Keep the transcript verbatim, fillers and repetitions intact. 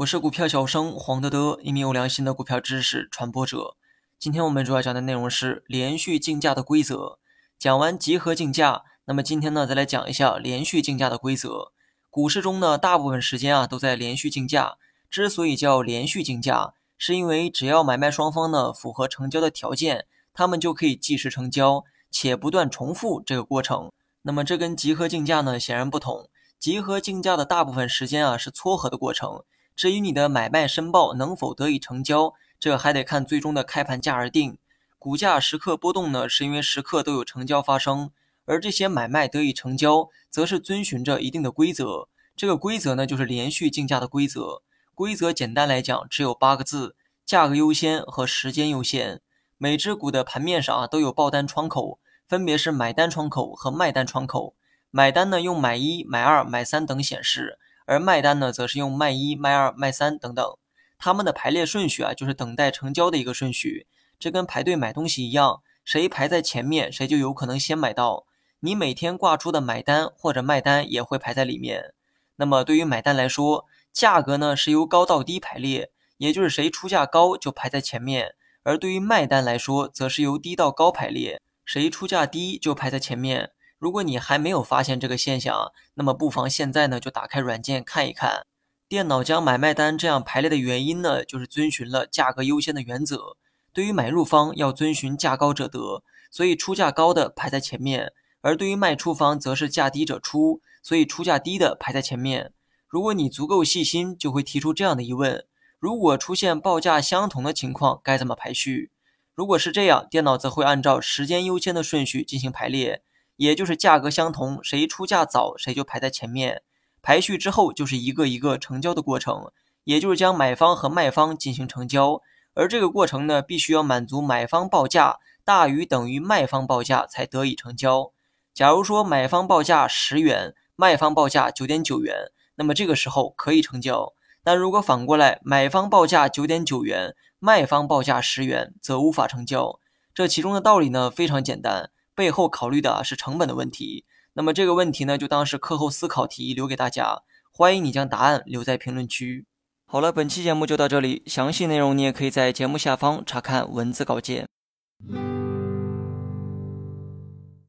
我是股票小生黄德德，一名有良心的股票知识传播者。今天我们主要讲的内容是连续竞价的规则。讲完集合竞价，那么今天呢，再来讲一下连续竞价的规则。股市中呢，大部分时间啊都在连续竞价。之所以叫连续竞价，是因为只要买卖双方呢符合成交的条件，他们就可以即时成交，且不断重复这个过程。那么这跟集合竞价呢显然不同。集合竞价的大部分时间啊是撮合的过程。至于你的买卖申报能否得以成交，这还得看最终的开盘价而定。股价时刻波动呢，是因为时刻都有成交发生，而这些买卖得以成交，则是遵循着一定的规则。这个规则呢，就是连续竞价的规则。规则简单来讲，只有八个字：价格优先和时间优先。每只股的盘面上啊都有报单窗口，分别是买单窗口和卖单窗口。买单呢用买一、买二、买三等显示。而卖单呢，则是用卖一、卖二、卖三等等，它们的排列顺序啊，就是等待成交的一个顺序。这跟排队买东西一样，谁排在前面，谁就有可能先买到。你每天挂出的买单或者卖单也会排在里面。那么对于买单来说，价格呢是由高到低排列，也就是谁出价高就排在前面；而对于卖单来说，则是由低到高排列，谁出价低就排在前面。如果你还没有发现这个现象，那么不妨现在呢就打开软件看一看。电脑将买卖单这样排列的原因呢，就是遵循了价格优先的原则。对于买入方要遵循价高者得，所以出价高的排在前面；而对于卖出方则是价低者出，所以出价低的排在前面。如果你足够细心，就会提出这样的疑问：如果出现报价相同的情况，该怎么排序？如果是这样，电脑则会按照时间优先的顺序进行排列。也就是价格相同，谁出价早谁就排在前面。排序之后就是一个一个成交的过程，也就是将买方和卖方进行成交。而这个过程呢，必须要满足买方报价大于等于卖方报价才得以成交。假如说买方报价十元，卖方报价 九点九元，那么这个时候可以成交。但如果反过来，买方报价 九点九元，卖方报价十元，则无法成交。这其中的道理呢非常简单，背后考虑的是成本的问题。那么这个问题呢，就当是课后思考题留给大家，欢迎你将答案留在评论区。好了，本期节目就到这里，详细内容你也可以在节目下方查看文字稿件。